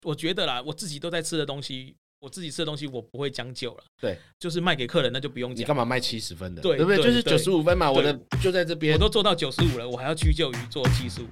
我觉得啦，我自己都在吃的东西，我自己吃的东西我不会将就了。 对， 就是卖给客人那就不用讲。 你干嘛卖70分的？ 对不对？就是95分嘛，我的就在这边。 我都做到95了，我还要屈就于做75。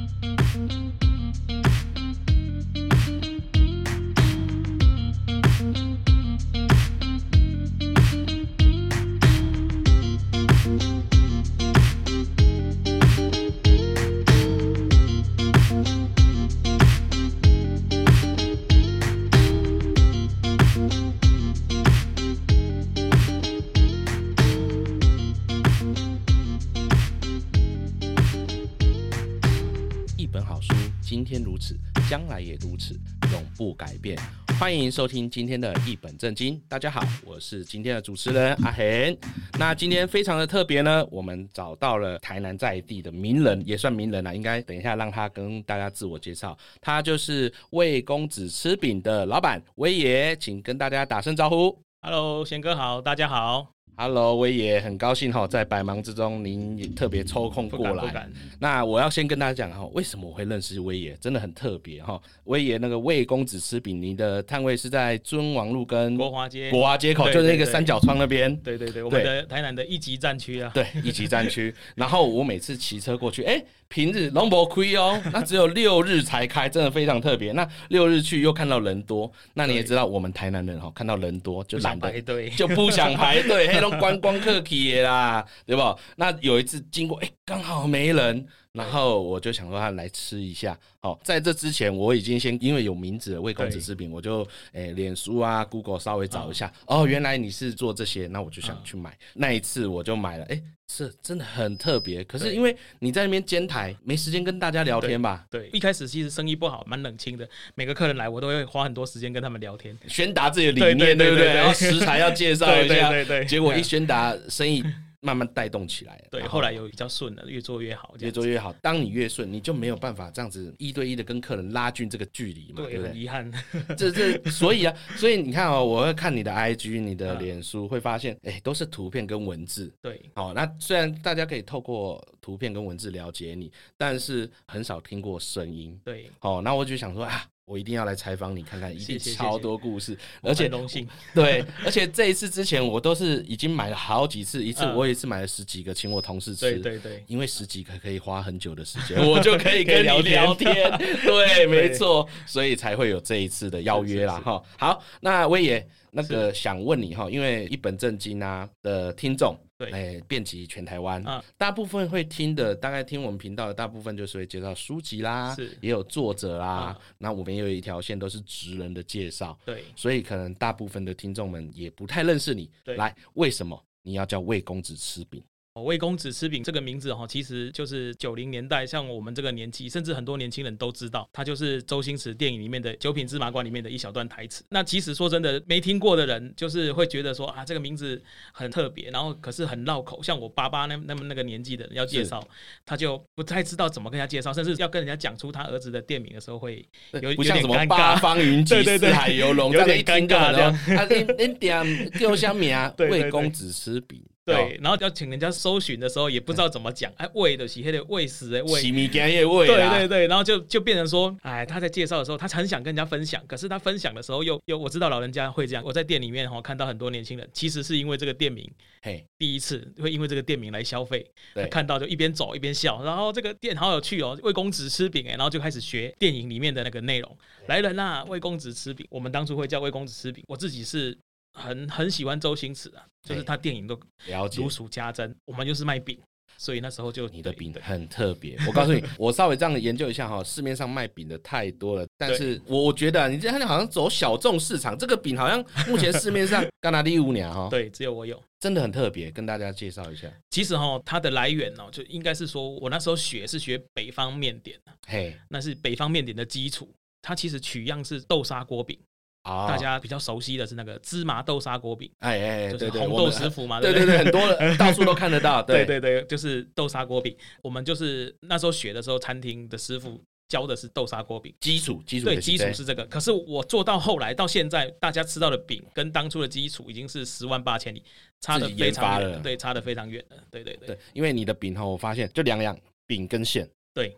今天如此，将来也如此，永不改变。欢迎收听今天的一本正经。大家好，我是今天的主持人阿恒。那今天非常的特别呢，我们找到了台南在地的名人，也算名人啦，应该等一下让他跟大家自我介绍。他就是魏公子吃饼的老板威爷，请跟大家打声招呼。 Hello， 贤哥好，大家好。 Hello， 威爷，很高兴在百忙之中您也特别抽空过来。 不敢。 那我要先跟大家讲为什么我会认识威爷，真的很特别威爷那个魏公子吃饼，你的摊位是在尊王路跟国华街口，就是那个三角窗那边。 对，我们的台南的一级战区啊。 对，一级战区。然后我每次骑车过去，平日都没开哦，那只有6日才开，真的非常特别。那6日去又看到人多，那你也知道我们台南人看到人多就懒得，就不想排队，黑龙观光客去的啦，对不？那有一次经过，刚好没人，然后我就想说来吃一下。在这之前我已经先因为有名字的魏公子吃饼，我就脸书啊 Google 稍微找一下，原来你是做这些，那我就想去买。那一次我就买了，是真的很特别。可是因为你在那边监台，没时间跟大家聊天吧？ 对，一开始其实生意不好，蛮冷清的。每个客人来，我都会花很多时间跟他们聊天， 宣达自己的理念，对不对？然后食材要介绍一下， 对。 结果一宣达，生意慢慢带动起来了。 对，后来有比较顺了，越做越好， 越做越好。当你越顺，你就没有办法这样子1对1的跟客人拉近这个距离嘛，对不对？ 很遗憾。 所以你看我会看你的 IG、你的脸书，会发现都是图片跟文字。 对， 那虽然大家可以透过图片跟文字了解你，但是很少听过声音。 对， 那我就想说我一定要来采访你看看，一定超多故事， 而且荣幸。 对，而且这一次之前我都是已经买了好几次，一次我也是买了10几个，请我同事吃。 对， 因为10几个可以花很久的时间，我就可以跟你聊天。对，没错，所以才会有这一次的邀约啦。好，那威爷那个想问你因为一本正经的听众。对，遍及全台湾，大部分会听的，大概听我们频道的大部分就是会介绍书籍啦，也有作者啦，那我们也有一条线都是职人的介绍， 对， 所以可能大部分的听众们也不太认识你。来，为什么你要叫魏公子吃饼？ 魏公子吃饼这个名字其实就是90年代，像我们这个年纪，甚至很多年轻人都知道，它就是周星驰电影里面的《九品芝麻官》里面的一小段台词。那其实说真的，没听过的人就是会觉得说这个名字很特别，然后可是很绕口。像我爸爸那个年纪的人要介绍，他就不太知道怎么跟他介绍，甚至要跟人家讲出他儿子的店名的时候会不像什么八方云集、四海游龙， 有点尴尬这样。 你点叫什么啊？魏公子吃饼。 对，然后要请人家搜寻的时候也不知道怎么讲，喂的是那个喂食的喂， 洗米干也喂啦。 对，然后就变成说，他在介绍的时候，他很想跟人家分享，可是他分享的时候又我知道老人家会这样，我在店里面看到很多年轻人，其实是因为这个店名，第一次会因为这个店名来消费，看到就一边走一边笑，然后这个店好有趣哦，魏公子吃饼然后就开始学电影里面的那个内容，来人啦，魏公子吃饼，我们当初会叫魏公子吃饼，我自己是。很喜欢周星驰就是他电影都如数家珍，我们就是卖饼，所以那时候就你的饼很特别。我告诉你，我稍微这样研究一下市面上卖饼的太多了，但是我觉得你这样好像走小众市场，这个饼好像目前市面上刚拿第5年对，只有我有， 真的很特别，跟大家介绍一下。 其实它的来源就应该是说我那时候学北方面点，那是北方面点的基础，它其实取样是豆沙锅饼。大家比较熟悉的是那个芝麻豆沙锅饼，就是红豆师傅嘛， 对，很多到处都看得到。 对，就是豆沙锅饼。我们就是那时候学的时候，餐厅的师傅教的是豆沙锅饼， 基础对，基础是这个。可是我做到后来到现在，大家吃到的饼跟当初的基础已经是10万8千里，差得非常远了。对，差得非常远了。对， 因为你的饼我发现就2样，饼跟馅。 对。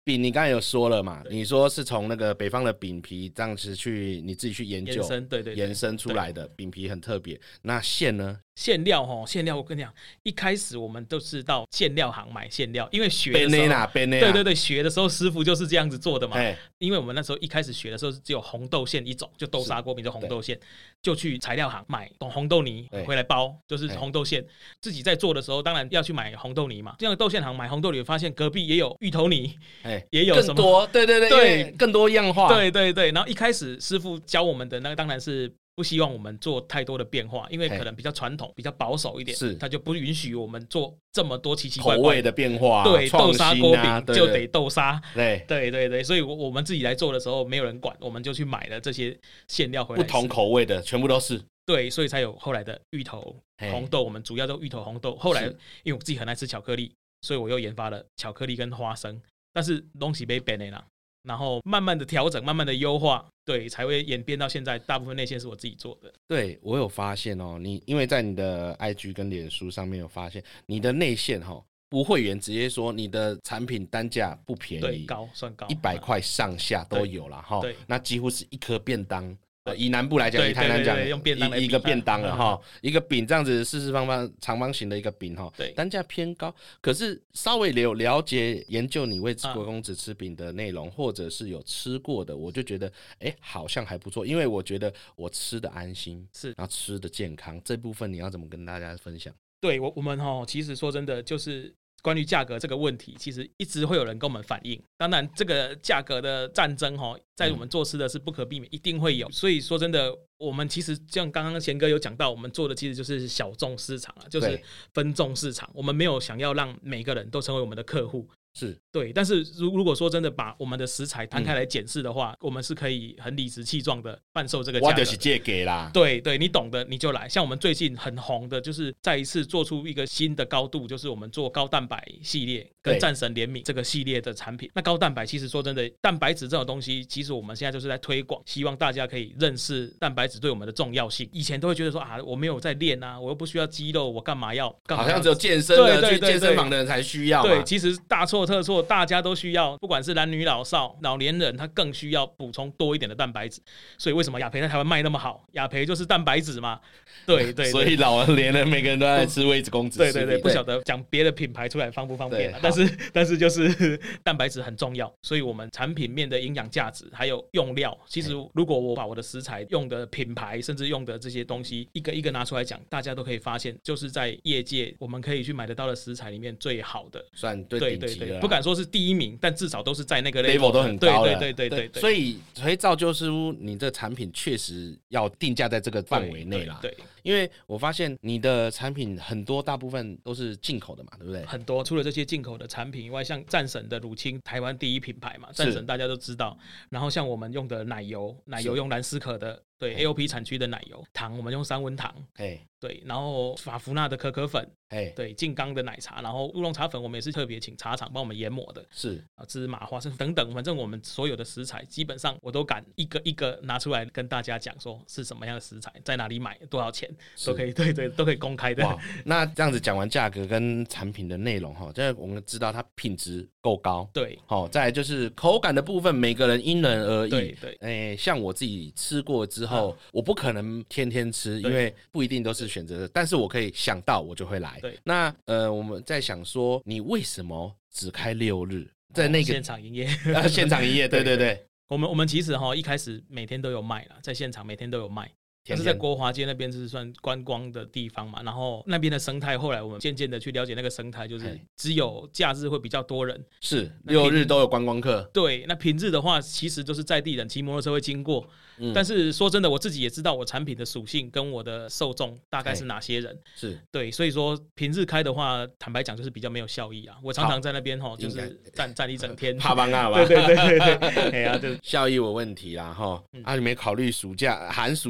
饼你刚才有说了嘛，你说是从那个北方的饼皮这样子去你自己去研究延伸出来的饼皮很特别。那馅呢？ 馅料我跟你讲，一开始我们都是到馅料行买馅料，因为学的时候对，学的时候师傅就是这样子做的嘛。因为我们那时候一开始学的时候只有红豆馅一种，就豆沙锅饼就红豆馅，就去材料行买红豆泥回来包，就是红豆馅。自己在做的时候当然要去买红豆泥嘛，这样豆馅行买红豆泥，发现隔壁也有芋头泥，也有什么更多，对，更多样化， 对。然后一开始师傅教我们的那个当然是不希望我们做太多的变化，因为可能比较传统比较保守一点，他就不允许我们做这么多奇奇怪怪口味的变化， 对，豆沙锅饼就得对豆沙， 对， 所以我们自己来做的时候没有人管，我们就去买了这些馅料回来， 不同口味的全部都是， 对，所以才有后来的芋头红豆，我们主要都芋头红豆。后来因为我自己很爱吃巧克力，所以我又研发了巧克力跟花生，但是东西被 ban 了，然后慢慢的调整，慢慢的优化，对，才会演变到现在大部分内馅是我自己做的。 对，我有发现哦，你因为在你的 IG 跟脸书上面有发现你的内馅不会员直接说你的产品单价不便宜， 对，算高 ，100块上下都有啦那几乎是一颗便当。以南部来讲，以台南讲， 用便当来一个便当了一个饼这样子四四方方长方形的一个饼单价偏高。可是稍微有了解研究你为国公子吃饼的内容，或者是有吃过的，我就觉得好像还不错，因为我觉得我吃的安心，是，然后吃的健康，这部分你要怎么跟大家分享？ 对，我们其实说真的就是关于价格这个问题，其实一直会有人跟我们反映。当然，这个价格的战争在我们做吃的是不可避免，一定会有。所以说真的，我们其实像刚刚贤哥有讲到，我们做的其实就是小众市场就是分众市场。我们没有想要让每个人都成为我们的客户。 是对，但是如果说真的把我们的食材摊开来检视的话，我们是可以很理直气壮的贩售这个价格。 我就是借给啦。 对，你懂的你就来。像我们最近很红的，就是再一次做出一个新的高度，就是我们做高蛋白系列跟战神联名这个系列的产品。那高蛋白其实说真的，蛋白质这种东西，其实我们现在就是在推广，希望大家可以认识蛋白质对我们的重要性。以前都会觉得说我没有在练啊，我又不需要肌肉，我干嘛要？ 好像只有健身的去健身房的人才需要嘛。 对，其实大错特错，大家都需要，不管是男女老少、老年人，他更需要补充多一点的蛋白质。所以为什么雅培在台湾卖那么好？雅培就是蛋白质嘛。对， 所以老年人每个人都在吃位置公子。 对，不晓得讲别的品牌出来方不方便但是就是蛋白质很重要，所以我们产品面的营养价值还有用料，其实如果我把我的食材用的品牌甚至用的这些东西一个一个拿出来讲，大家都可以发现，就是在业界我们可以去买得到的食材里面最好的， 算对顶级的， 不敢说是第一名，但至少都是在那个 level 都很高了。 对， 所以造就出你的产品确实要定价在这个范围内啦。对，因为我发现你的产品很多大部分都是进口的嘛，对不对？ 很多，除了这些进口的产品以外，像战神的乳清，台湾第一品牌嘛，战神大家都知道。然后像我们用的奶油用蓝斯可的，对 AOP 产区的奶油，糖我们用三温糖，对，然后法芙娜的可可粉，对，静冈的奶茶，然后乌龙茶粉我们也是特别请茶厂帮我们研磨的，是芝麻、花生等等，反正我们所有的食材基本上我都敢一个一个拿出来跟大家讲说是什么样的食材，在哪里买，多少钱，都可以，对，都可以公开的。 那这样子讲完价格跟产品的内容这样我们知道它品质够高，对，再来就是口感的部分，每个人因人而异，对，像我自己吃过之后，我不可能天天吃，因为不一定都是选择的，但是我可以想到我就会来。对，那我们在想说，你为什么只开6日，在那个现场营业？ 现场营业，对。 我们其实一开始每天都有卖啦，在现场每天都有卖。但是在国华街那边是算观光的地方嘛，然后那边的生态，后来我们渐渐的去了解那个生态，就是只有假日会比较多人， 是6日都有观光客。 对，那平日的话，其实都是在地人骑摩托车会经过。但是说真的，我自己也知道我产品的属性跟我的受众大概是哪些人，是对，所以说平日开的话，坦白讲就是比较没有效益啊。我常常在那边就是站一整天， 爬班啊吧，对，哎呀，就效益有问题啦你没考虑暑假寒暑假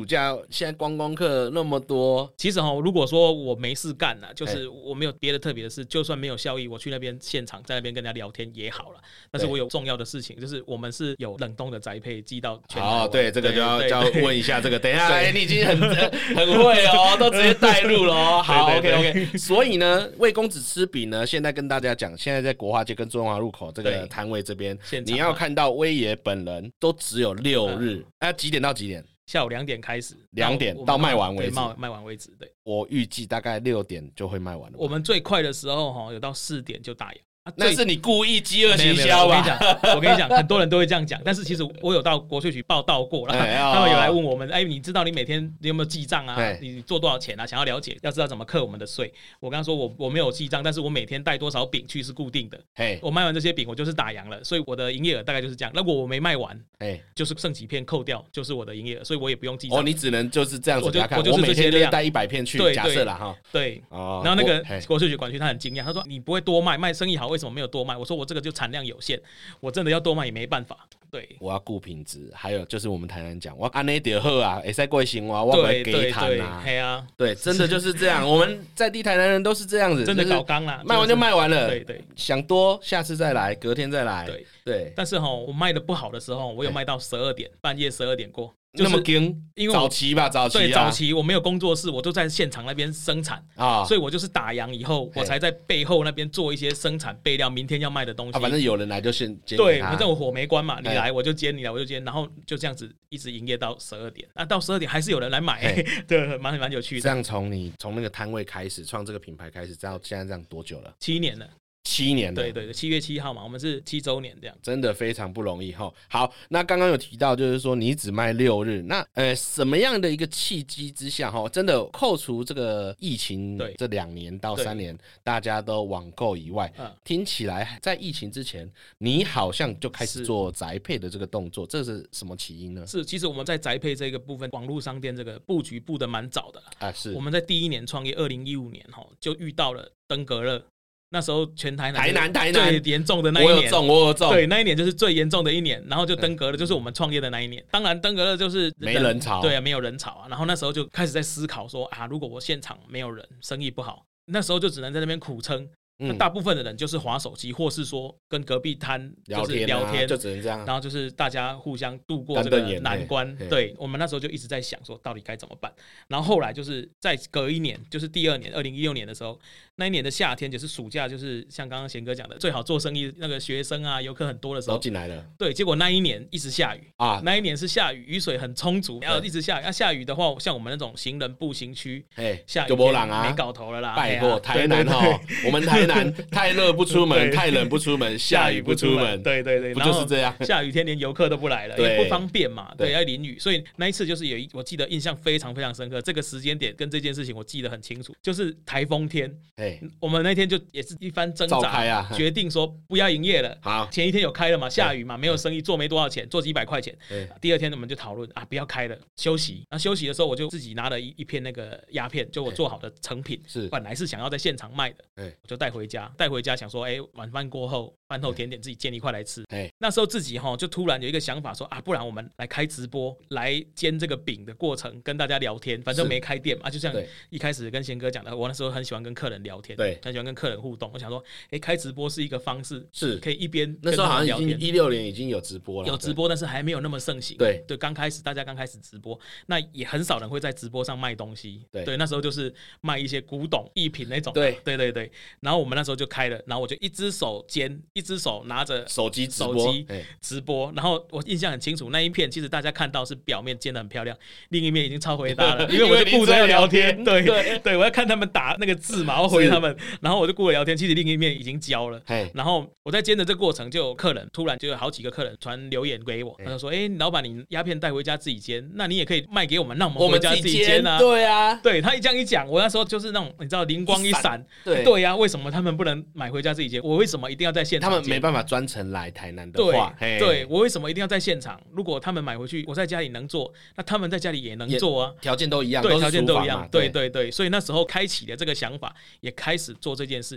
现在观光客那么多， 其实如果说我没事干啦，就是我没有别的特别的事，就算没有效益，我去那边现场在那边跟人家聊天也好了。但是我有重要的事情，就是我们是有冷冻的宅配寄到全台湾。 对，这个就要问一下这个。等一下，你已经很会哦，都直接带入了哦。好 ，OK。所以呢，魏公子吃饼呢，现在跟大家讲，现在在国华街跟中华路口这个摊位这边，你要看到威爷本人都只有6日，几点到几点？ 下午2点开始 ，2点到卖完为止， 卖完为止。对， 我预计大概6点就会卖完了。 我们最快的时候有到4点就打烊。 那是你故意饥饿行销吧？ 我跟你讲，很多人都会这样讲，但是其实我有到国税局报道过了，他们有来问我们，你知道你每天你有没有记账啊？你做多少钱啊？想要了解，要知道怎么课我们的税。我跟他说我没有记账，但是我每天带多少饼去是固定的。我卖完这些饼，我就是打烊了，所以我的营业额大概就是这样。如果我没卖完，就是剩几片扣掉，就是我的营业额，所以我也不用记账。 你只能就是这样子给他看。 我每天就是带100片去，假设啦哈。 对，然后那个国税局管区他很惊讶，他说你不会多卖生意好，为什么没有多卖？我说我这个就产量有限，我真的要多卖也没办法。对， 我要顾品质，还有就是我们台南讲，我安内就好啊，会使过生活，我不会给谈啊。对，真的就是这样。我们在地台南人都是这样子， 真的搞刚啦， 卖完就卖完了。 对， 想多下次再来，隔天再来。对。 但是我卖的不好的时候，我有卖到12点，半夜12点过。 那么惊，因为早期对，早期我没有工作室，我都在现场那边生产啊，所以我就是打烊以后，我才在背后那边做一些生产备料，明天要卖的东西。 反正有人来就先煎。 对，反正我火没关嘛，你来我就煎，你来我就煎，然后就这样子一直营业到12点。到12点还是有人来买，对，蛮有趣的。 这样从那个摊位开始，创这个品牌开始，到现在这样多久了 ？7年了。 7年了， 对，7月7号嘛，我们是7周年这样， 真的非常不容易哈。好，那刚刚有提到就是说你只卖6日，那什么样的一个契机之下哈，真的扣除这个疫情这2年到3年大家都网购以外，听起来在疫情之前，你好像就开始做宅配的这个动作，这是什么起因呢？ 是，其实我们在宅配这个部分，网络商店这个布局布的蛮早的啦。是，我们在第1年创业2015年就遇到了登革热。那时候全台南最严重的那一年， 我有中， 对，那一年就是最严重的一年，然后就登革热，就是我们创业的那一年。当然登革热就是没人潮， 对啊，没有人潮啊。然后那时候就开始在思考说如果我现场没有人，生意不好，那时候就只能在那边苦撑。那大部分的人就是滑手机，或是说跟隔壁摊聊天，就只能这样。 然后就是大家互相度过这个难关。对，我们那时候就一直在想说，到底该怎么办。然后后来就是再隔1年，就是第2年2016年的时候，那一年的夏天，就是暑假，就是像刚刚贤哥讲的，最好做生意那个学生啊、游客很多的时候都进来了。 对，结果那一年一直下雨啊，那一年是下雨，雨水很充足，然后一直下雨。下雨的话，像我们那种行人步行区，下雨没搞头了啦。 拜托，台南我们台南太热不出门，太冷不出门，下雨不出门， 对， 不就是这样？ 下雨天连游客都不来了，也不方便嘛，对，要淋雨。所以那一次就是我记得印象非常非常深刻，这个时间点跟这件事情我记得很清楚，就是台风天，我们那天就也是一番挣扎，决定说不要营业了。好，前一天有开了嘛，下雨嘛，没有生意，做没多少钱，做几百块钱。第2天我们就讨论不要开了，休息。那休息的时候，我就自己拿了一片那个鸦片，就我做好的成品，本来是想要在现场卖的，我就带回家想说，晚饭过后，饭后甜点自己煎一块来吃。那时候自己就突然有一个想法说不然我们来开直播，来煎这个饼的过程，跟大家聊天，反正没开店嘛，就像一开始跟贤哥讲的，我那时候很喜欢跟客人聊天，对，很喜欢跟客人互动。我想说，开直播是一个方式，是可以一边那时候好像已经16年已经有直播了， 有直播，但是还没有那么盛行。对，大家刚开始直播，那也很少人会在直播上卖东西。对，那时候就是卖一些古董艺品那种。对。然后我们那时候就开了，然后我就一只手煎，一只手拿着手机直播，然后我印象很清楚，那一片其实大家看到是表面煎得很漂亮，另一面已经超回答了，因为我就顾着要聊天，对，我要看他们打那个字嘛，我回他们，然后我就顾着聊天，其实另一面已经焦了。然后我在煎的这个过程，就有客人突然就有好几个客人传留言给我，他就说：“老板，你鸦片带回家自己煎，那你也可以卖给我们，让我们回家自己煎啊。” 对啊， 对他这样一讲，我那时候就是那种你知道灵光一闪，对啊，为什么他们不能买回家自己煎？我为什么一定要在现场？ 他们没办法专程来台南的话， 对，我为什么一定要在现场？如果他们买回去，我在家里能做，那他们在家里也能做啊， 条件都一样， 对，条件都一样，对，所以那时候开启了这个想法，也开始做这件事情。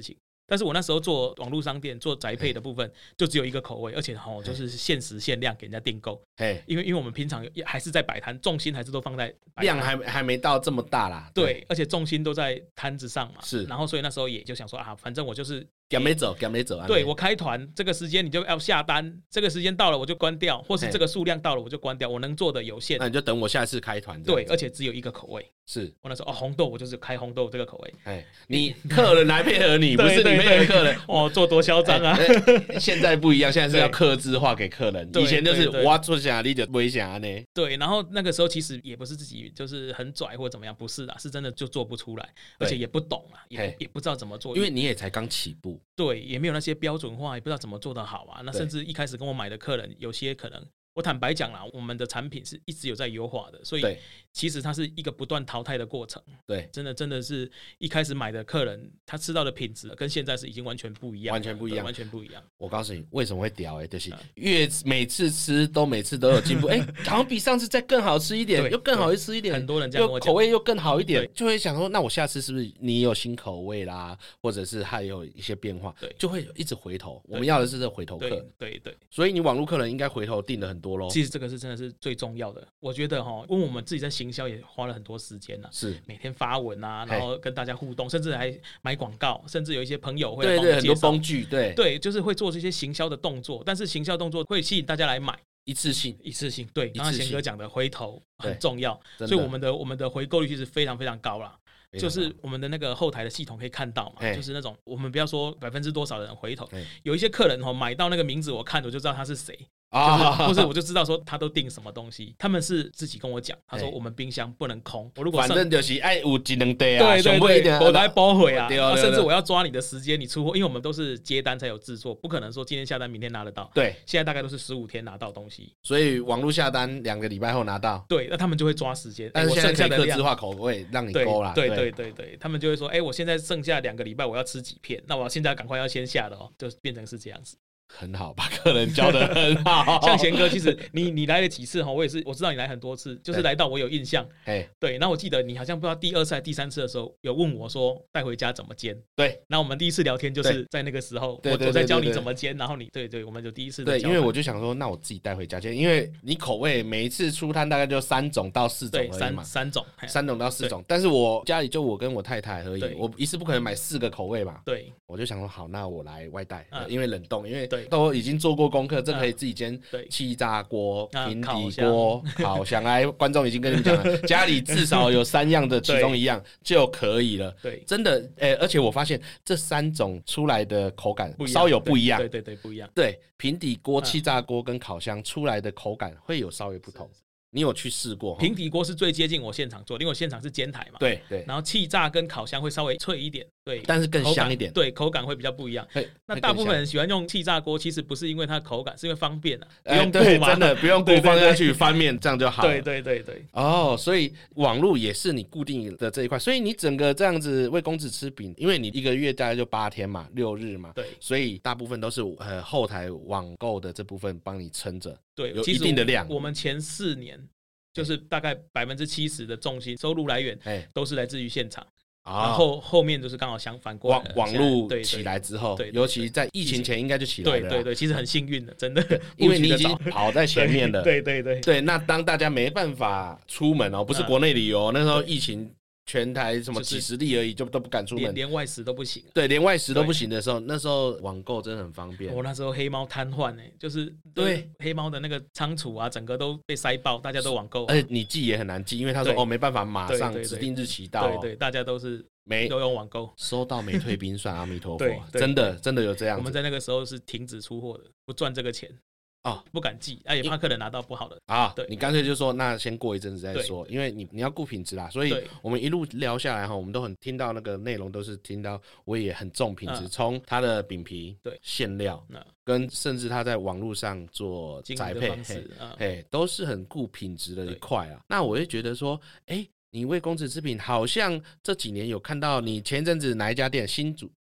但是我那时候做网络商店做宅配的部分，就只有一个口味，而且就是限时限量给人家订购。因为我们平常还是在摆摊，重心还是都放在摆摊， 量还没到这么大啦。 对，而且重心都在摊子上嘛。 是， 然后所以那时候也就想说啊，反正我就是赶没走。 对，我开团这个时间你就要下单，这个时间到了我就关掉，或是这个数量到了我就关掉，我能做的有限。 那你就等我下次开团。 对，而且只有一个口味。 是我那时候红豆我就是开红豆这个口味。 你客人来配合你，不是你配合客人。 做多嚣张啊！ 现在不一样，现在是要客制化给客人。以前就是我做啥你就不会啥呢。 对，然后那个时候其实也不是自己就是很拽或怎么样，不是啦，是真的就做不出来，而且也不懂啊，也不知道怎么做， 因为你也才刚起步。 对，也没有那些标准化，也不知道怎么做得好啊。那甚至一开始跟我买的客人，有些可能。我坦白讲啦，我们的产品是一直有在优化的，所以其实它是一个不断淘汰的过程。 对， 真的是一开始买的客人，他吃到的品质跟现在是已经完全不一样，完全不一样。 我告诉你为什么会屌就是每次吃都有进步，好像比上次再更好吃一点，又更好吃一点， 很多人这样跟我讲， 口味又更好一点，就会想说，那我下次是不是你有新口味啦，或者是还有一些变化，就会一直回头。我们要的是这回头客， 对， 所以你网络客人应该回头订的很多咯。 其实这个是真的是最重要的，我觉得因为我们自己在行销也花了很多时间是每天发文啊，然后跟大家互动，甚至还买广告，甚至有一些朋友会对很多工具，对， 就是会做这些行销的动作，但是行销动作会吸引大家来买。 一次性， 对，刚刚贤哥讲的回头很重要，所以我们的回购率其实非常非常高啦。就是我们的那个后台的系统可以看到嘛，就是那种我们不要说%多少的人回头，有一些客人买到那个名字我看我就知道他是谁。或者我就知道说他都订什么东西，他们是自己跟我讲，他说我们冰箱不能空，我如果反正就是爱有一两袋啊，对，我来包回啊，甚至我要抓你的时间，你出货，因为我们都是接单才有制作，不可能说今天下单明天拿得到， 对， 现在大概都是15天拿到东西， 所以网络下单2个礼拜后拿到， 对，那他们就会抓时间， 但是现在可以客制化口味让你勾啦， 对，他们就会说，我现在剩下2个礼拜我要吃几片，那我现在赶快要先下的就变成是这样子。 很好，把客人教得很好。 像贤哥，其实你来了几次我知道你来很多次，就是来到我有印象。对，那我记得你好像不知道第2次还是第3次的时候，有问我说带回家怎么煎。 对， 那我们第一次聊天就是在那个时候，我在教你怎么煎，然后对，我们就第一次对，因为我就想说，那我自己带回家煎，因为你口味每一次出摊大概就3种到4种而已嘛 ，3种到4种，但是我家里就我跟我太太而已，我一次不可能买4个口味嘛。 对， 我就想说好，那我来外带，因为冷冻，因为都已经做过功课，这可以自己煎气炸锅、平底锅、烤箱。来，观众已经跟你们讲了，家里至少有3样的其中1样就可以了。 对， 真的，而且我发现这3种出来的口感稍有不一样。 对，不一样。 对，平底锅、气炸锅跟烤箱出来的口感会有稍微不同。你有去试过？ 平底锅是最接近我现场做，因为我现场是煎台嘛。 对， 然后气炸跟烤箱会稍微脆一点，对， 但是更香一点。 对，口感会比较不一样。那大部分人喜欢用气炸锅，其实不是因为它的口感，是因为方便啊，不用顾嘛， 真的不用顾，放下去翻面这样就好了。 对。 所以网络也是你固定的这一块，所以你整个这样子为公子吃饼，因为你1个月大概就8天嘛，6日嘛， 对， 所以大部分都是后台网购的这部分帮你撑着， 对， 有一定的量。 我们前4年。就是大概70%的重心收入来源都是来自于现场，然后后面就是刚好相反过来， 网络起来之后，尤其在疫情前应该就起来了。 对，其实很幸运的，真的， 因为你已经跑在前面了。 对， 那当大家没办法出门不是国内旅游，那时候疫情。全台什么几10例而已，就都不敢出门， 连外食都不行。 对，连外食都不行的时候，那时候网购真的很方便。 我那时候黑猫瘫痪就是对黑猫的那个仓储啊，整个都被塞爆，大家都网购。 而且你寄也很难寄，因为他说没办法马上指定日期到。 对，大家都用网购。 收到没退冰算阿弥陀佛，真的有这样子。 我们在那个时候是停止出货的，不赚这个钱。不敢寄，也怕客人拿到不好的对，你干脆就说那先过一阵子再说，因为你要顾品质啦。所以我们一路聊下来我们都很听到那个内容，都是听到我也很重品质，从他的饼皮、馅料，跟甚至他在网络上做宅配，都是很顾品质的一块啊。那我会觉得说，你为公子吃饼，好像这几年有看到你前一阵子哪一家店新竹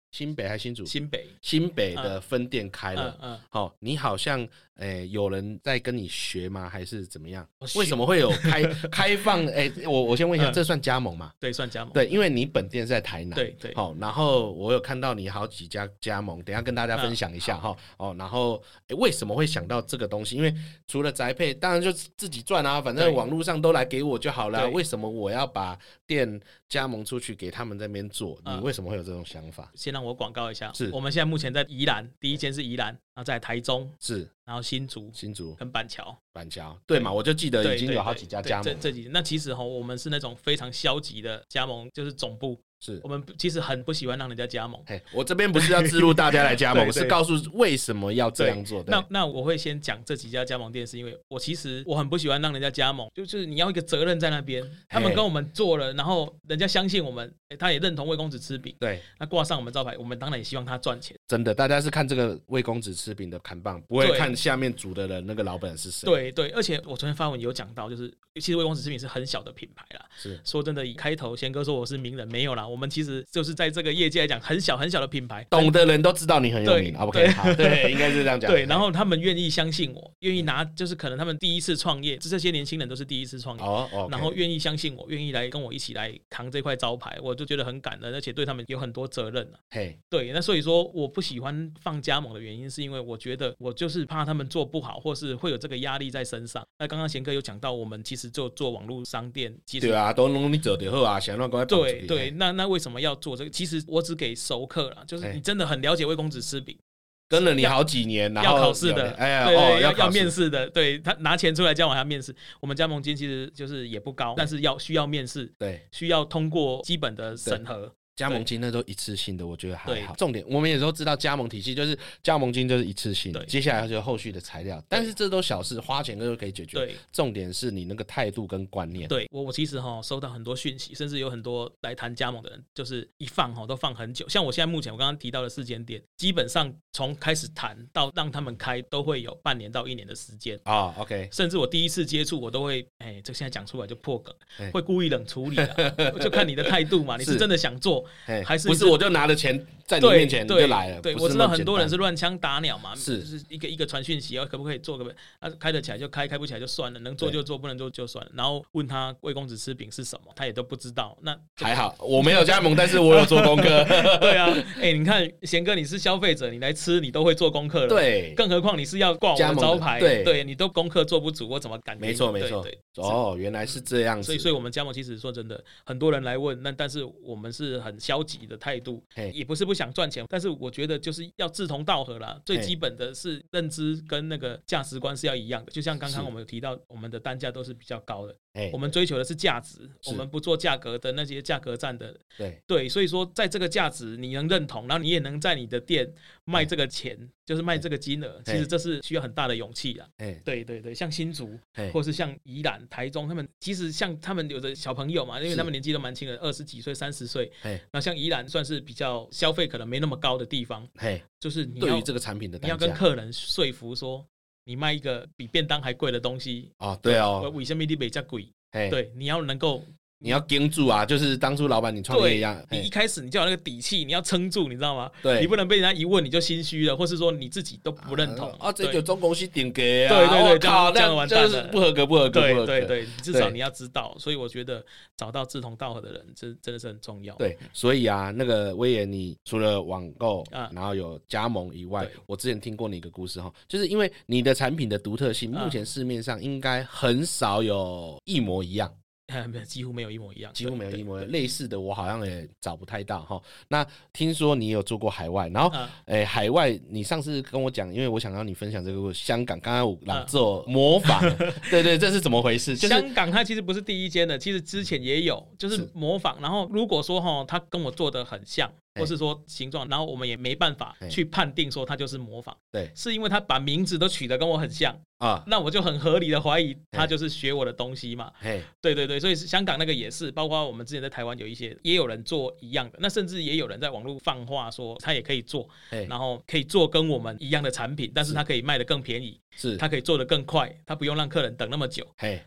新北还是新竹？ 新北的分店开了。你好像有人在跟你学吗？还是怎么样？为什么会有开放？我先问一下，这算加盟吗？ 对，算加盟。 对，因为你本店是在台南。 对。 然后我有看到你好几家加盟，等一下跟大家分享一下然后为什么会想到这个东西？因为除了宅配，当然就自己赚啊，反正网络上都来给我就好了。为什么我要把店加盟出去给他们在那边做？你为什么会有这种想法？ 先让我广告一下， 是我们现在目前在宜兰，第一间是宜兰，然后在台中， 是， 然后新竹跟板桥， 对嘛？我就记得已经有好几家加盟。 这几那其实我们是那种非常消极的加盟，就是总部。 是我们其实很不喜欢让人家加盟。 我这边不是要植入大家来加盟，是告诉为什么要这样做。 那我会先讲这几家加盟店，是因为我很不喜欢让人家加盟，就是你要一个责任在那边，他们跟我们做了，然后人家相信我们，他也认同魏公子吃饼， 对， 那挂上我们招牌，我们当然也希望他赚钱。 真的，大家是看这个魏公子吃饼的看棒，不会看下面煮的人那个老板是谁。 对，而且我昨天发文有讲到，就是其实魏公子吃饼是很小的品牌啦。 是说真的，以开头贤哥说我是名人，没有啦。我们其实就是在这个业界来讲，很小的品牌， 懂的人都知道你很有名。OK， 好，对，应该是这样讲。 对，然后他们愿意相信我，愿意拿，就是可能他们第一次创业，这些年轻人都是第一次创业，然后愿意相信我，愿意来跟我一起来扛这块招牌，我就觉得很感恩，而且对他们有很多责任。对，那所以说我不喜欢放加盟的原因，是因为我觉得我就是怕他们做不好，或是会有这个压力在身上。那刚刚贤哥有讲到，我们其实就做网络商店，其实对啊，都弄你做就好啊，想乱搞。 对，那为什么要做这个？其实我只给熟客啦，就是你真的很了解魏公子吃饼， 跟了你好几年，然后要考试的，要面试的，对，他拿钱出来交往还要面试。我们加盟金其实就是也不高，但是需要面试， 对， 需要通过基本的审核。 加盟金那都一次性的，我觉得还好。重点我们也都知道，加盟体系就是加盟金就是一次性的，接下来就是后续的材料，但是这都小事，花钱就可以解决。重点是你那个态度跟观念。 对，我其实收到很多讯息，甚至有很多来谈加盟的人，就是一放都放很久。像我现在目前我刚刚提到的4间店，基本上从开始谈到让他们开，都会有半年到1年的时间啊。OK， 甚至我第一次接触，我都会这现在讲出来就破梗，会故意冷处理啊，就看你的态度嘛，你是真的想做。还是不是我就拿了钱在你面前你就来了？ 对，我知道很多人是乱枪打鸟嘛，就是一个传讯息，可不可以做？开得起来就开不起来就算了，能做就做，不能做就算了。然后问他魏公子吃饼是什么，他也都不知道。那还好我没有加盟，但是我有做功课。 对啊，你看贤哥，你是消费者，你来吃你都会做功课了， 对， 更何况你是要挂我的招牌，对，你都功课做不足，我怎么敢？ 没错，原来是这样子。 所以我们加盟其实说真的，很多人来问，但是我们是很消极的态度，也不是不想赚钱，但是我觉得就是要志同道合啦。最基本的是认知跟那个价值观是要一样的。就像刚刚我们有提到，我们的单价都是比较高的，我们追求的是价值，我们不做价格的那些价格战的。对，所以说在这个价值你能认同，然后你也能在你的店卖这个钱，就是卖这个金额，其实这是需要很大的勇气啦。对，像新竹或是像宜兰、台中，他们其实像他们有的小朋友嘛，因为他们年纪都蛮轻的，20几岁、30岁。那像宜兰算是比较消费可能没那么高的地方，就是你要对于这个产品的单价， 你要跟客人说服说，你卖一个比便当还贵的东西对哦， 为什么你比较贵？对，你要能够。 你要盯住啊，就是当初老板你创业一样， 你一开始你就有那个底气，你要撑住，你知道吗？ 对， 你不能被人家一问你就心虚了，或是说你自己都不认同这就中公司顶给对， 这样完蛋了， 就是不合格。 对，至少你要知道，所以我觉得找到志同道合的人，这真的是很重要。 对，所以啊，那个威爷，你除了网购，然后有加盟以外，我之前听过你一个故事就是因为你的产品的独特性，目前市面上应该很少有一模一样。 几乎没有一模一样， 类似的我好像也找不太到那听说你有做过海外，然后海外你上次跟我讲，因为我想让你分享这个香港，刚刚我做模仿，对，这是怎么回事？就是香港它其实不是第一间的，其实之前也有，就是模仿。然后如果说他跟我做的很像，或是说形状，然后我们也没办法去判定说他就是模仿， 对， 是因为他把名字都取得跟我很像那我就很合理的怀疑他就是学我的东西嘛。对，所以香港那个也是，包括我们之前在台湾有一些也有人做一样的，那甚至也有人在网络放话说他也可以做，然后可以做跟我们一样的产品，但是他可以卖得更便宜，他可以做得更快，他不用让客人等那么久。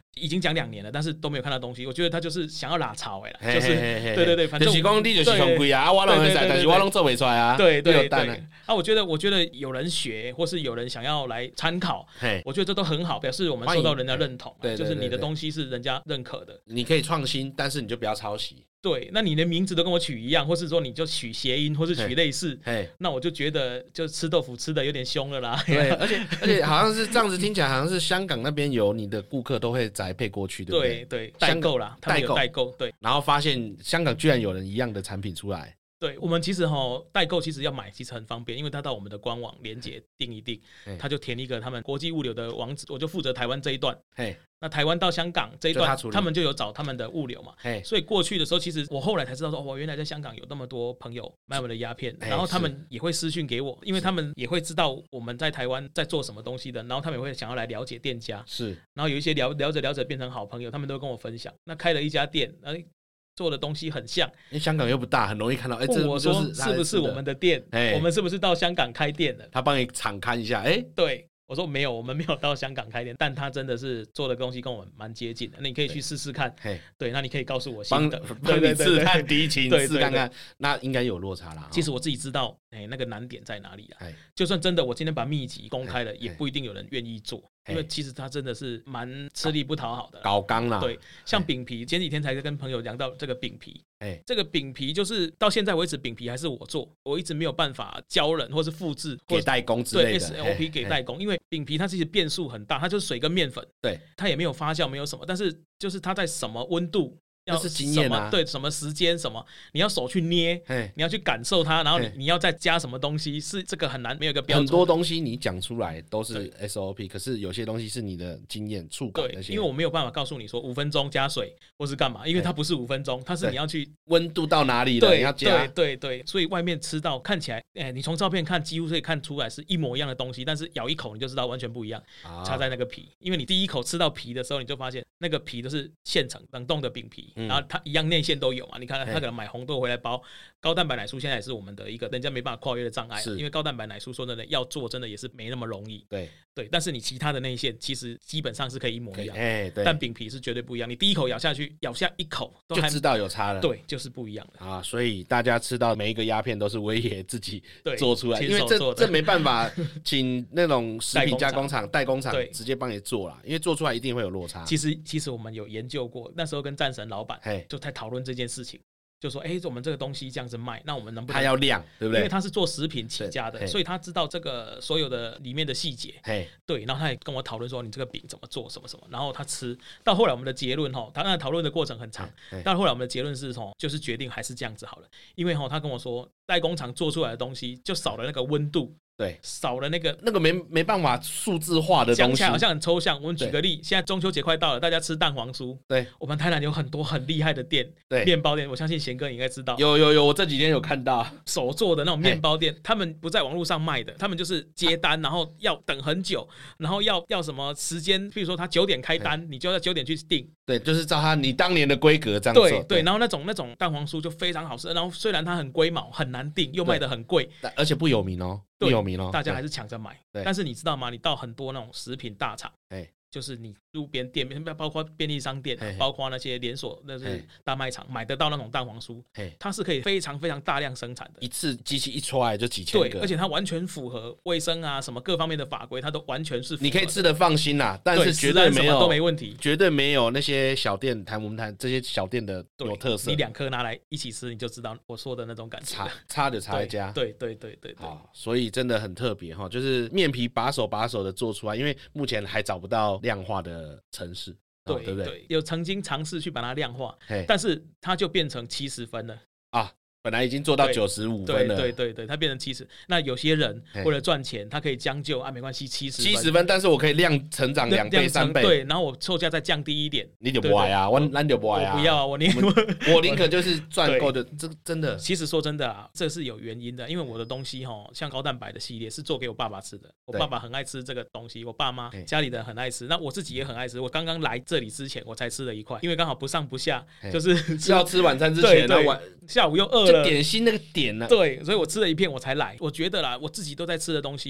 已经讲2年了，但是都没有看到东西。我觉得他就是想要拉槽啦，就是对，反正就是讲你就是上贵啊，我拢会使，但是我拢做不出来啊。 对。我觉得有人学，或是有人想要来参考，我觉得这都很好，表示我们受到人家认同，就是你的东西是人家认可的。 你可以创新，但是你就不要抄袭。 对，那你的名字都跟我取一样，或是说你就取谐音，或是取类似，那我就觉得就吃豆腐吃的有点凶了啦。 对，而且好像是这样子听起来，好像是香港那边有你的顾客都会宅配过去，对不对？ 对，代购啦，他们有代购，对。 然后发现香港居然有人一样的产品出来。 对，我们其实代购其实要买其实很方便，因为他到我们的官网连结订一订，他就填一个他们国际物流的网址，我就负责台湾这一段。那台湾到香港这一段，他们就有找他们的物流嘛。所以过去的时候，其实我后来才知道说，原来在香港有那么多朋友买我们的鸦片，然后他们也会私讯给我，因为他们也会知道我们在台湾在做什么东西的，然后他们也会想要来了解店家。 是， 然后有一些聊着变成好朋友，他们都跟我分享，那开了一家店，做的东西很像， 因为香港又不大，很容易看到。 问我说是不是我们的店？我们是不是到香港开店了？ 他帮你敞开一下， 对。我说没有，我们没有到香港开店，但他真的是做的东西跟我们蛮接近的。那你可以去试试看，对，那你可以告诉我心得， 帮你试探敌情，试看看，那应该有落差啦。 其实我自己知道，那个难点在哪里啦。就算真的我今天把秘籍公开了，也不一定有人愿意做。因为其实它真的是蛮吃力不讨好的， 搞刚啦。 对，像饼皮，前几天才跟朋友聊到这个饼皮，这个饼皮就是到现在为止，饼皮还是我做，我一直没有办法教人或是复制给代工之类的， 对 SLP 给代工，因为饼皮它其实变数很大，它就是水跟面粉， 对， 它也没有发酵，没有什么，但是就是它在什么温度。 那是经验啊， 对，什么时间什么，你要手去捏，你要去感受它，然后你要再加什么东西，是这个很难，没有一个标准。 很多东西你讲出来都是 SOP， 可是有些东西是你的经验触感那些。 因为我没有办法告诉你说5分钟加水或是干嘛，因为它不是5分钟，它是你要去温度到哪里了，你要加。 对，所以外面吃到看起来，你从照片看几乎可以看出来是一模一样的东西，但是咬一口你就知道完全不一样，差在那个皮。因为你第一口吃到皮的时候，你就发现那个皮都是现成冷冻的饼皮，然后它一样内馅都有嘛。你看他可能买红豆回来包，高蛋白奶酥现在也是我们的一个人家没办法跨越的障碍，因为高蛋白奶酥说真的要做真的也是没那么容易。对，但是你其他的内馅其实基本上是可以一模一样，但饼皮是绝对不一样。你第一口咬下去，咬下一口都就知道有差了。 对，就是不一样的啊。所以大家吃到每一个鸦片都是威爷自己做出来，因为这没办法请那种食品加工厂、代工厂直接帮你做啦，因为做出来一定会有落差。 其实我们有研究过，那时候跟战神老板就在讨论这件事情。就说我们这个东西这样子卖，那我们能不能他要量，对不对？ 因为他是做食品起家的，所以他知道这个所有的里面的细节。对，然后他也跟我讨论说你这个饼怎么做什么什么，然后他吃到后来我们的结论当然讨论的过程很长，但后来我们的结论是就是决定还是这样子好了，因为他跟我说代工厂做出来的东西就少了那个温度。对，少了那个没办法数字化的东西， 讲起来好像很抽象。我们举个例，现在中秋节快到了，大家吃蛋黄酥。 对， 我们台南有很多很厉害的店，面包店，我相信贤哥你应该知道。 有，我这几天有看到手做的那种面包店，他们不在网络上卖的，他们就是接单，然后要等很久，然后要什么时间，譬如说他9点开单，你就要9点去订。 对，就是照你当年的规格这样做。 对，然后那种蛋黄酥就非常好吃，然后虽然它很龟毛很难订，又卖得很贵， 而且不有名哦。不有名哦， 大家还是抢着买。但是你知道吗？你到很多那种食品大厂，就是你路边店，包括便利商店，包括那些连锁那是大卖场，买得到那种蛋黄酥，它是可以非常非常大量生产的， 一次机器一出来就几千个， 对，而且它完全符合卫生啊什么各方面的法规，它都完全是符合的， 你可以吃得放心啦，但是绝对没有都没问题， 绝对没有那些小店我们谈这些小店的有特色。 你2颗拿来一起吃，你就知道我说的那种感觉， 差就差一家， 对， 所以真的很特别哈，就是面皮把手的做出来，因为目前还找不到量化的程式，对不对？ 有曾经尝试去把它量化，但是它就变成70分了啊。本来已经做到95分了， 对，它变成70。那有些人为了赚钱，他可以将就没关系70 分，但是我可以量成长2倍3倍， 对，然后我售价再降低一点， 你就不爱啊，咱就不爱啊， 我不要啊，我宁可就是赚够的，这真的。 其实说真的啊，这是有原因的，因为我的东西像高蛋白的系列是做给我爸爸吃的，我爸爸很爱吃这个东西，我爸妈家里的人很爱吃，那我自己也很爱吃。我刚刚来这里之前，我才吃了1块，因为刚好不上不下，就是要吃晚餐之前， 下午又饿了， 点心那个点呢？ 对，所以我吃了1片我才来。我觉得啦，我自己都在吃的东西，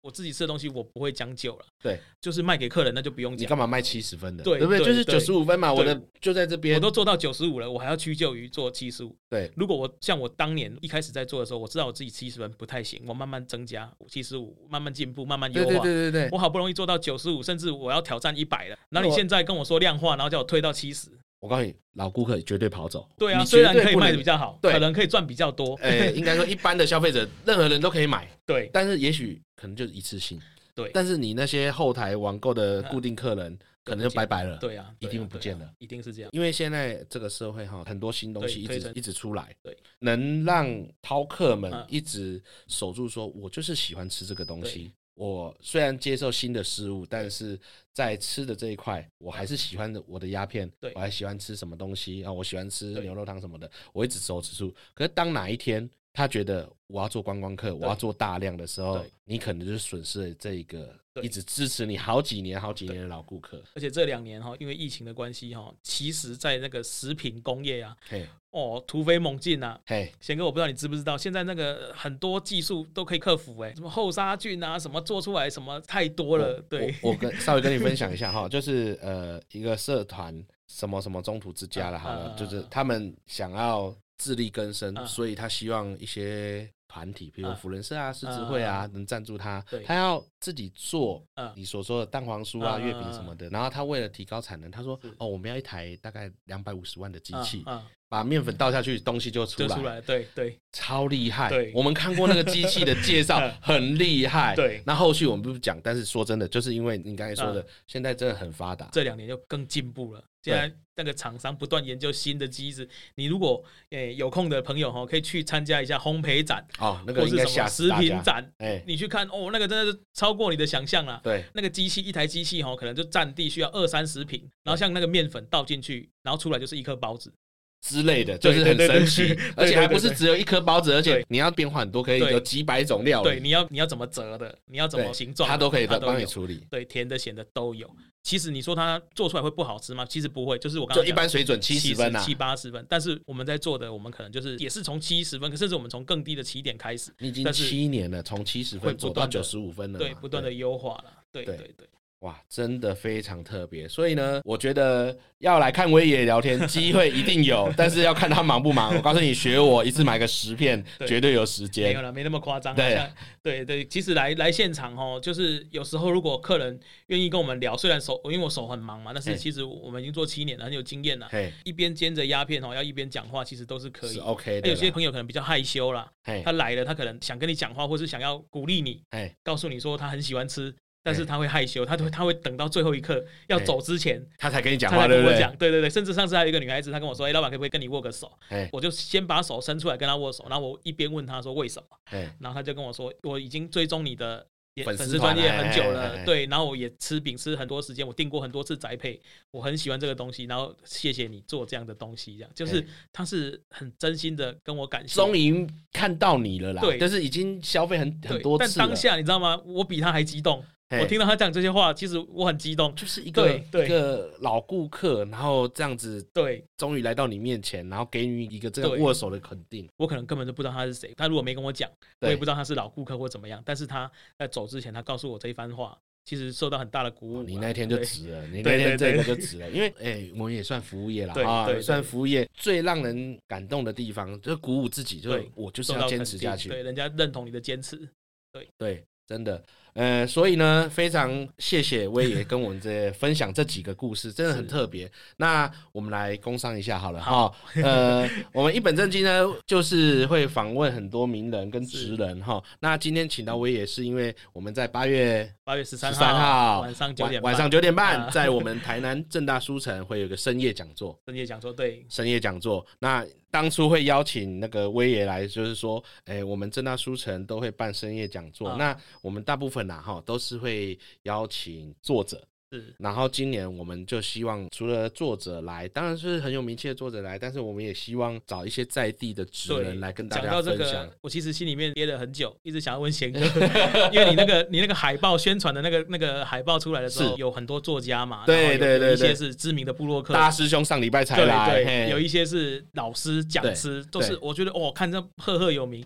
我自己吃的东西我不会将就了， 对， 就是卖给客人那就不用讲， 你干嘛卖70分的？ 对不对？就是95分嘛，我的就在这边， 我都做到95了，我还要屈就于做75。 对， 如果像我当年一开始在做的时候，我知道我自己70分不太行，我慢慢增加75，慢慢进步，慢慢优化。 对， 我好不容易做到95，甚至我要挑战100了，然后你现在跟我说量化，然后叫我推到70。 我告诉你，老顾客绝对跑走。 对啊，虽然可以卖的比较好，可能可以赚比较多。 应该说一般的消费者，任何人都可以买。 对， 但是也许可能就是一次性。 对， 但是你那些后台网购的固定客人，可能就拜拜了。 对啊， 一定不见了， 一定是这样。 因为现在这个社会很多新东西一直出来， 对， 能让饕客们一直守住说，我就是喜欢吃这个东西。我虽然接受新的事物，但是在吃的这一块，我还是喜欢我的鸦片，我还喜欢吃什么东西啊？我喜欢吃牛肉汤什么的，我一直守住。可是当哪一天他觉得我要做观光客，我要做大量的时候，你可能就是损失了这一个一直支持你好几年的老顾客。 而且这2年因为疫情的关系其实在那个食品工业啊，突飞猛进啊！贤哥，我不知道你知不知道，现在那个很多技术都可以克服，什么后杀菌啊，什么做出来什么太多了。对， 我稍微跟你分享一下就是一个社团什么什么中途之家了，好了，就是他们想要自力更生，所以他希望一些团体，比如扶轮社啊、狮子会啊，能赞助他。他要自己做你所说的蛋黄酥啊、月饼什么的。然后他为了提高产能，他说：“我们要一台大概250万的机器，把面粉倒下去，东西就出来。” 对， 超厉害。我们看过那个机器的介绍，很厉害。对，那后续我们不讲，但是说真的，就是因为你刚才说的，现在真的很发达， 这2年就更进步了。现在那个厂商不断研究新的机子，你如果有空的朋友可以去参加一下烘焙展那个应该吓死大家， 或是什么食品展，你去看那个真的是超过你的想象啦。 对， 那个机器一台机器可能就占地需要20-30坪，然后像那个面粉倒进去，然后出来就是一颗包子之类的，就是很神奇，而且还不是只有一颗包子，而且你要变化很多，可以有几百种料理。 对，你要怎么折的，你要怎么形状， 它都可以帮你处理。 对，甜的、咸的都有。其实你说它做出来会不好吃吗？其实不会，就是我刚刚就一般水准70分啊 ，70-80分。但是我们在做的，我们可能就是也是从70分，甚至我们从更低的起点开始。 你已经7年了，从70分走到95分了， 对，不断的优化了。对。 哇，真的非常特别，所以呢，我觉得要来看威爷聊天，机会一定有，但是要看他忙不忙。我告诉你，学我一次买个10片，绝对有时间。 没有了，没那么夸张。对，其实来现场就是有时候如果客人愿意跟我们聊，虽然因为我手很忙嘛，但是其实我们已经做7年了，很有经验了。一边煎着鸦片要一边讲话，其实都是可以， 是 OK 的。 有些朋友可能比较害羞啦，他来了，他可能想跟你讲话，或是想要鼓励你，告诉你说他很喜欢吃。但是他会害羞，他会等到最后一刻要走之前， 他才跟你讲话， 对不对？对，甚至上次还有一个女孩子，她跟我说：“老板可不可以跟你握个手？”我就先把手伸出来跟她握手，然后我一边问她说为什么，然后她就跟我说：“我已经追踪你的粉丝专页很久了，对，然后我也吃饼吃很多时间，我订过很多次宅配，我很喜欢这个东西，然后谢谢你做这样的东西，这样就是她是很真心的跟我感谢， 终于看到你了啦，对，就是已经消费很多次了， 但当下你知道吗？我比她还激动。我听到他讲这些话，其实我很激动， 就是一个老顾客，然后这样子， 对， 终于来到你面前，然后给你一个这个握手的肯定。 我可能根本就不知道他是谁，他如果没跟我讲，我也不知道他是老顾客或怎么样。但是他在走之前，他告诉我这一番话，其实受到很大的鼓舞。 你那天就值了，你那天这个就值了，因为我们也算服务业啦，也算服务业最让人感动的地方，就是鼓舞自己，就是我就是要坚持下去， 对，人家认同你的坚持， 对，真的。所以呢，非常谢谢威爷跟我们分享这几个故事，真的很特别。那我们来工商一下好了哈。我们一本正经呢，就是会访问很多名人跟职人哈。那今天请到威爷，是因为我们在8月13号晚上 9点半，在我们台南政大书城会有个深夜讲座。 对， 深夜讲座。那当初会邀请那个威爷来，就是说，我们政大书城都会办深夜讲座。那我们大部分都是会邀请作者，然后今年我们就希望除了作者来，当然是很有名气的作者来，但是我们也希望找一些在地的职人来跟大家分享。讲到这个， 我其实心里面憋了很久，一直想要问贤哥，因为你那个海报宣传的那个海报出来的时候，有很多作家嘛， 对， 有一些是知名的部落客， 大师兄上礼拜才来， 对，有一些是老师讲师，都是我觉得看这赫赫有名。 对，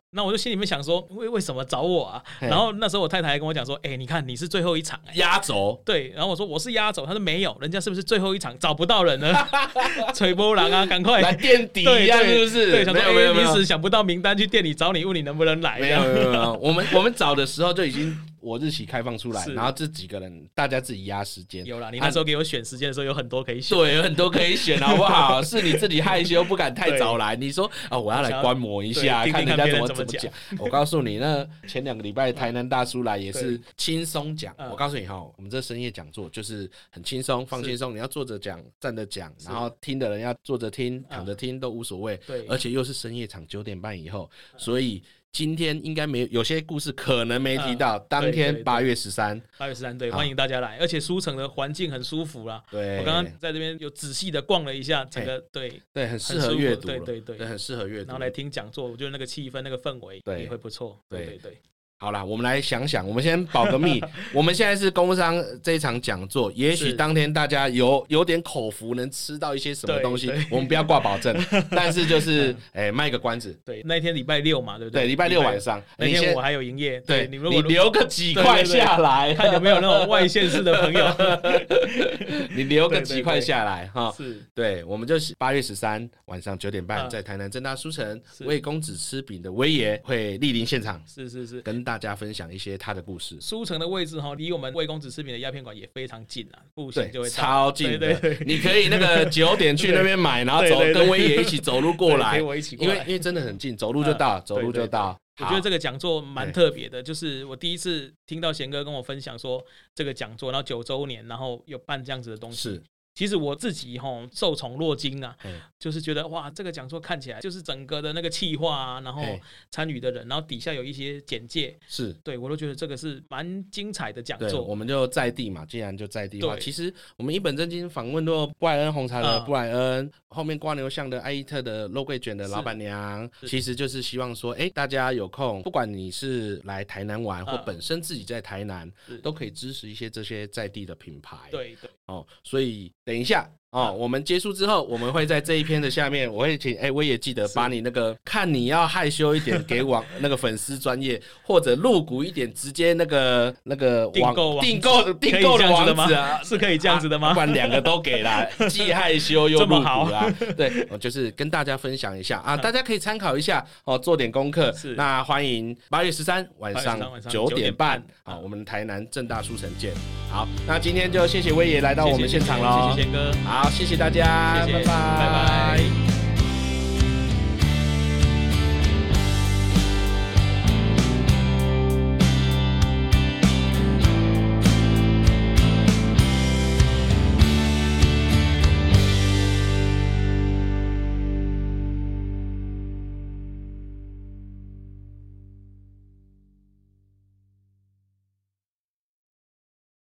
那我就心里面想说，为什么找我啊？然后那时候我太太还跟我讲说，你看你是最后一场压轴。 对，然后我说我是压轴，他说没有，人家是不是最后一场找不到人了？吹波浪啊，赶快来垫底一样，是不是？ 对，想说临时想不到名单去店里找你，问你能不能来。 没有，我们找的时候就已经我日期开放出来，然后这几个人大家自己压时间。 有啦，你那时候给我选时间的时候有很多可以选， 对，有很多可以选，好不好？是你自己害羞不敢太早来，你说我要来观摩一下，看人家怎么讲。我告诉你，那前2个礼拜台南大叔来也是轻松讲。我告诉你哈，我们这深夜讲座就是很轻松，放轻松，你要坐着讲，站着讲，然后听的人要坐着听，躺着听都无所谓。对，而且又是深夜场9点半以后，所以今天应该有些故事可能没提到，当天8月13， 对，欢迎大家来，而且书城的环境很舒服啦。对，我刚刚在这边有仔细的逛了一下，整个对， 很适合阅读， 对， 很适合阅读， 然后来听讲座，我觉得那个气氛、那个氛围也会不错。对。 好啦，我们来想想，我们先保个密。我们现在是工商这一场讲座，也许当天大家有点口福，能吃到一些什么东西，我们不要挂保证，但是就是卖个关子。 对，那一天礼拜6嘛，对不对？ 对，礼拜6晚上， 那天我还有营业。对， 你留个几块下来， 看有没有那种外县市的朋友， 你留个几块下来哈。 是， 对，我们就是8月13晚上9点半，在台南政大书城为公子吃饼的威爷会莅临现场， 是跟大家分享一些他的故事。 书城的位置离我们魏公子吃饼的鸦片馆也非常近啊，步行就会到， 超近的。你可以那个9点去那边买，然后跟威爷一起走路过来， 陪我一起过来， 因为真的很近，走路就到。 我觉得这个讲座蛮特别的，就是我第一次听到贤哥跟我分享说这个讲座，然后9周年，然后有办这样子的东西。是。其实我自己受宠若惊啊，就是觉得哇，这个讲座看起来就是整个的那个企划啊，然后参与的人，然后底下有一些简介，是对我都觉得这个是蛮精彩的讲座。 我们就在地嘛，既然就在地的话，其实我们一本正经访问过布莱恩红茶的布莱恩，后面瓜牛巷的艾伊特的肉桂卷的老板娘，其实就是希望说，大家有空，不管你是来台南玩，或本身自己在台南，都可以支持一些这些在地的品牌。对，所以等一下我们结束之后，我们会在这一篇的下面，我会请威爷记得把你那个看你要害羞一点给那个粉丝专页，或者露骨一点，直接那个订购的网址啊， 是可以这样子的吗？ 不然2个都给啦，既害羞又露骨啦。对，就是跟大家分享一下啊，大家可以参考一下做点功课。那欢迎8月13晚上9点半我们台南政大书城见。好，那今天就谢谢威爷来到我们现场咯， 谢谢贤哥。 好，谢谢大家， 谢谢， 拜拜。